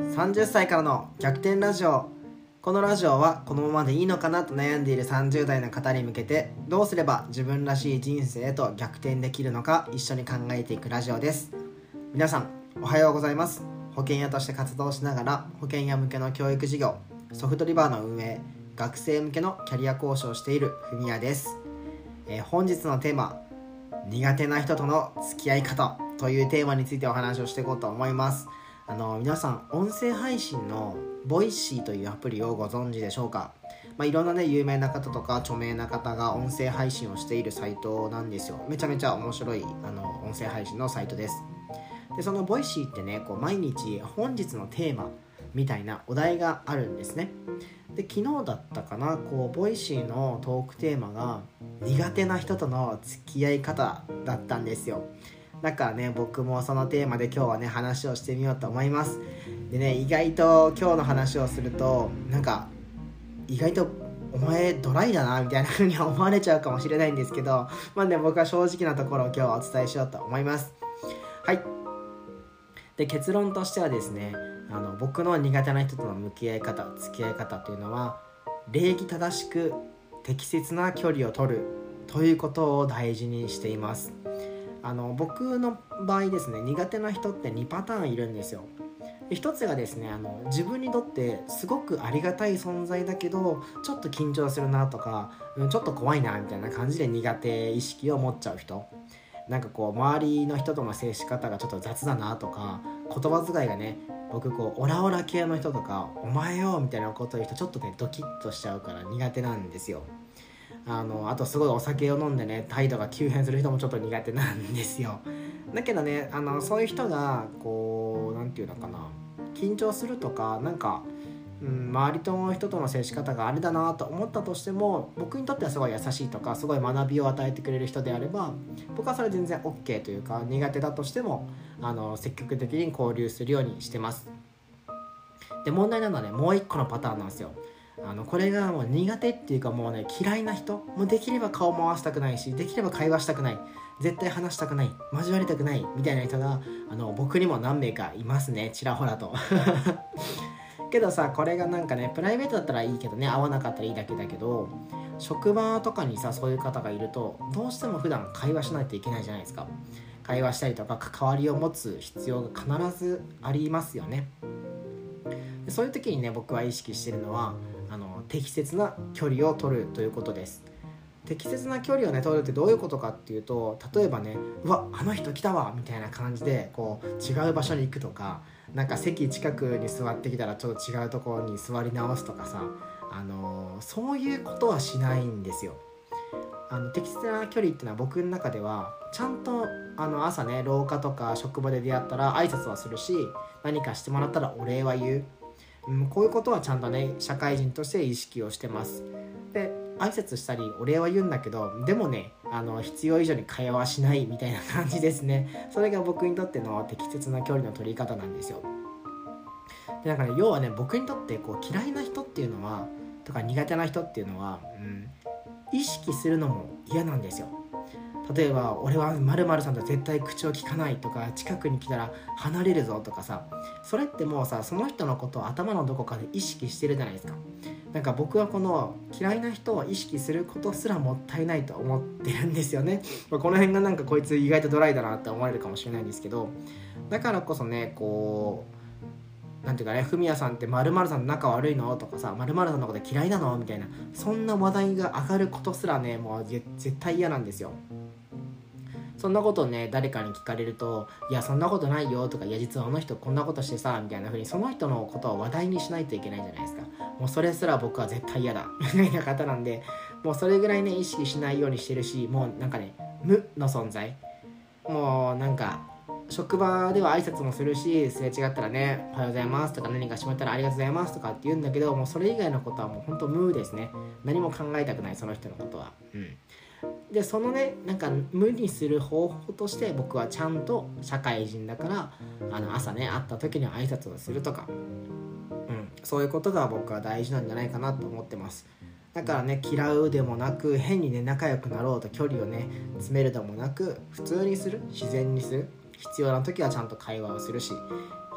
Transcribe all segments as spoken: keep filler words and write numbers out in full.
さんじゅっさいからの逆転ラジオ。このラジオはこのままでいいのかなと悩んでいるさんじゅう代の方に向けて、どうすれば自分らしい人生へと逆転できるのか一緒に考えていくラジオです。皆さんおはようございます。保険屋として活動しながら保険屋向けの教育事業ソフトリバーの運営、学生向けのキャリア講師をしているふみやです。えー、本日のテーマ、苦手な人との付き合い方というテーマについてお話をしていこうと思います。あの皆さん、音声配信のボイシーというアプリをご存知でしょうか。まあ、いろんなね有名な方とか著名な方が音声配信をしているサイトなんですよ。めちゃめちゃ面白いあの音声配信のサイトです。でそのボイシーってね、こう毎日本日のテーマみたいなお題があるんですね。で昨日だったかな、こうボイシーのトークテーマが苦手な人との付き合い方だったんですよ。だからね、僕もそのテーマで今日はね話をしてみようと思います。でね、意外と今日の話をするとなんか意外とお前ドライだなみたいな風に思われちゃうかもしれないんですけど、まあね、僕は正直なところを今日はお伝えしようと思います。はい。で結論としてはですね、あの僕の苦手な人との向き合い方、付き合い方というのは、礼儀正しく適切な距離を取るということを大事にしています。あの僕の場合ですね、苦手な人ってにパターンいるんですよ。一つがですね、あの自分にとってすごくありがたい存在だけどちょっと緊張するなとか、ちょっと怖いなみたいな感じで苦手意識を持っちゃう人。なんかこう周りの人との接し方がちょっと雑だなとか、言葉遣いがね、僕こうオラオラ系の人とかお前よみたいなこと言う人ちょっとねドキッとしちゃうから苦手なんですよ。あのあとすごいお酒を飲んでね態度が急変する人もちょっと苦手なんですよ。だけどね、あのそういう人がこうなんていうのかな、緊張するとかなんか、うん、周りとの人との接し方があれだなと思ったとしても、僕にとってはすごい優しいとかすごい学びを与えてくれる人であれば、僕はそれ全然 OK というか、苦手だとしてもあの積極的に交流するようにしてます。で問題なのはね、もう一個のパターンなんですよ。あのこれがもう苦手っていうか、もうね嫌いな人、もうできれば顔も合わせたくないし、できれば会話したくない、絶対話したくない、交わりたくないみたいな人があの僕にも何名かいますね、ちらほらとけどさ、これがなんかねプライベートだったらいいけどね、会わなかったらいいだけだけど、職場とかにさそういう方がいるとどうしても普段会話しないといけないじゃないですか。会話したりとか関わりを持つ必要が必ずありますよね。でそういう時にね、僕は意識してるのはあの適切な距離を取るということです。適切な距離をね取るってどういうことかっていうと、例えばね、うわあの人来たわみたいな感じでこう違う場所に行くとか、なんか席近くに座ってきたらちょっと違うところに座り直すとかさ、あのー、そういうことはしないんですよ。あの適切な距離っていうのは僕の中ではちゃんとあの朝ね廊下とか職場で出会ったら挨拶はするし、何かしてもらったらお礼は言う、うん、こういうことはちゃんとね社会人として意識をしてます。で挨拶したりお礼は言うんだけど、でもねあの必要以上に会話はしないみたいな感じですね。それが僕にとっての適切な距離の取り方なんですよ。でなんかね、要はね、僕にとってこう嫌いな人っていうのはとか苦手な人っていうのは、うん、意識するのも嫌なんですよ。例えば俺は〇〇さんと絶対口を聞かないとか、近くに来たら離れるぞとかさ、それってもうさその人のことを頭のどこかで意識してるじゃないですか。なんか僕はこの嫌いな人を意識することすらもったいないと思ってるんですよね。この辺がなんかこいつ意外とドライだなって思われるかもしれないんですけど、だからこそね、こうなんていうかね、ふみやさんって〇〇さんと仲悪いのとかさ、〇〇さんのこと嫌いなのみたいな、そんな話題が上がることすらねもう絶対嫌なんですよ。そんなことをね誰かに聞かれると、いやそんなことないよとか、いや実はあの人こんなことしてさみたいな風にその人のことを話題にしないといけないじゃないですか。もうそれすら僕は絶対嫌だみたいな方なんで、もうそれぐらいね意識しないようにしてるし、もうなんかね無の存在、もうなんか職場では挨拶もするし、すれ違ったらねおはようございますとか、何かしてもらったらありがとうございますとかって言うんだけど、もうそれ以外のことはもう本当無ですね。何も考えたくない、その人のことは。うんでそのねなんか無にする方法として、僕はちゃんと社会人だからあの朝ね会った時には挨拶をするとか、うん、そういうことが僕は大事なんじゃないかなと思ってます。だからね、嫌うでもなく、変にね仲良くなろうと距離をね詰めるでもなく、普通にする、自然にする、必要な時はちゃんと会話をするし、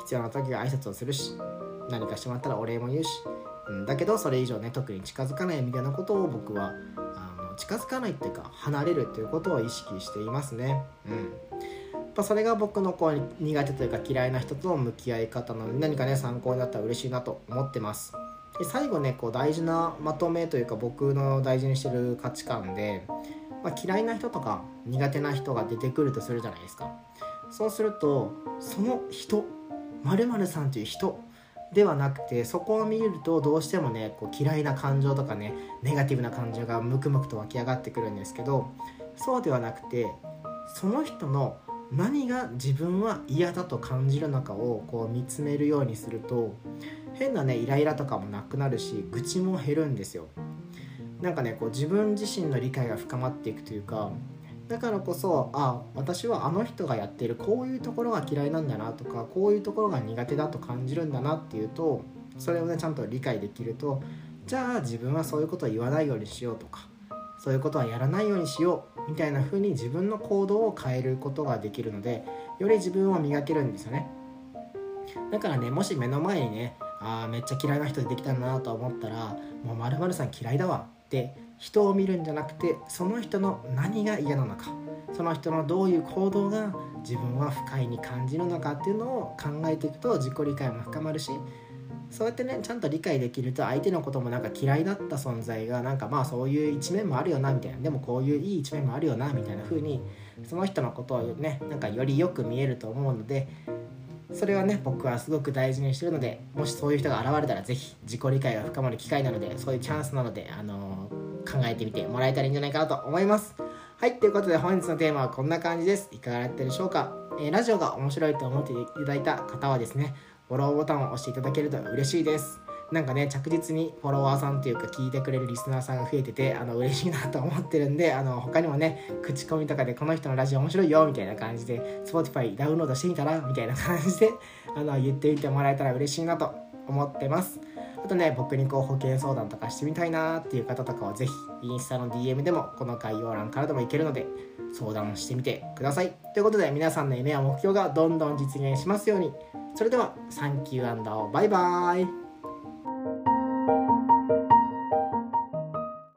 必要な時は挨拶をするし、何かしてもらったらお礼も言うし、うん、だけどそれ以上ね特に近づかないみたいなことを僕はあの近づかないっていうか離れるということを意識していますね。うんやっぱそれが僕のこう苦手というか嫌いな人との向き合い方なので、何かね参考になったら嬉しいなと思ってます。で最後ねこう大事なまとめというか、僕の大事にしてる価値観で、まあ、嫌いな人とか苦手な人が出てくるとするじゃないですか。そうするとその人〇〇さんという人ではなくて、そこを見るとどうしてもねこう嫌いな感情とかねネガティブな感情がムクムクと湧き上がってくるんですけど、そうではなくてその人の何が自分は嫌だと感じるのかをこう見つめるようにすると、変なねイライラとかもなくなるし、愚痴も減るんですよ。なんかねこう自分自身の理解が深まっていくというか、だからこそあ私はあの人がやっているこういうところが嫌いなんだなとか、こういうところが苦手だと感じるんだなっていうと、それをねちゃんと理解できると、じゃあ自分はそういうことを言わないようにしようとか、そういうことはやらないようにしようみたいな風に自分の行動を変えることができるので、より自分を磨けるんですよね。だからねもし目の前にねあめっちゃ嫌いな人出てきたんだなと思ったら、もう〇〇さん嫌いだわって人を見るんじゃなくて、その人の何が嫌なのか、その人のどういう行動が自分は不快に感じるのかっていうのを考えていくと自己理解も深まるし、そうやってねちゃんと理解できると相手のこともなんか嫌いだった存在がなんかまあそういう一面もあるよなみたいな、でもこういういい一面もあるよなみたいな風にその人のことをねなんかよりよく見えると思うので、それはね僕はすごく大事にしてるので、もしそういう人が現れたらぜひ自己理解が深まる機会なので、そういうチャンスなので、あのー、考えてみてもらえたらいいんじゃないかなと思います。はい、ということで本日のテーマはこんな感じです。いかがだったでしょうか。えー、ラジオが面白いと思っていただいた方はですね、フォローボタンを押していただけると嬉しいです。なんかね着実にフォロワーさんというか聞いてくれるリスナーさんが増えてて、あの嬉しいなと思ってるんで、あの他にもね口コミとかでこの人のラジオ面白いよみたいな感じで Spotify ダウンロードしてみたらみたいな感じであの言ってみてもらえたら嬉しいなと思ってます。あとね僕にこう保険相談とかしてみたいなっていう方とかはぜひインスタの ディーエム でもこの概要欄からでもいけるので相談してみてください。ということで皆さんの夢や目標がどんどん実現しますように。それではサンキュー&バイバーイ。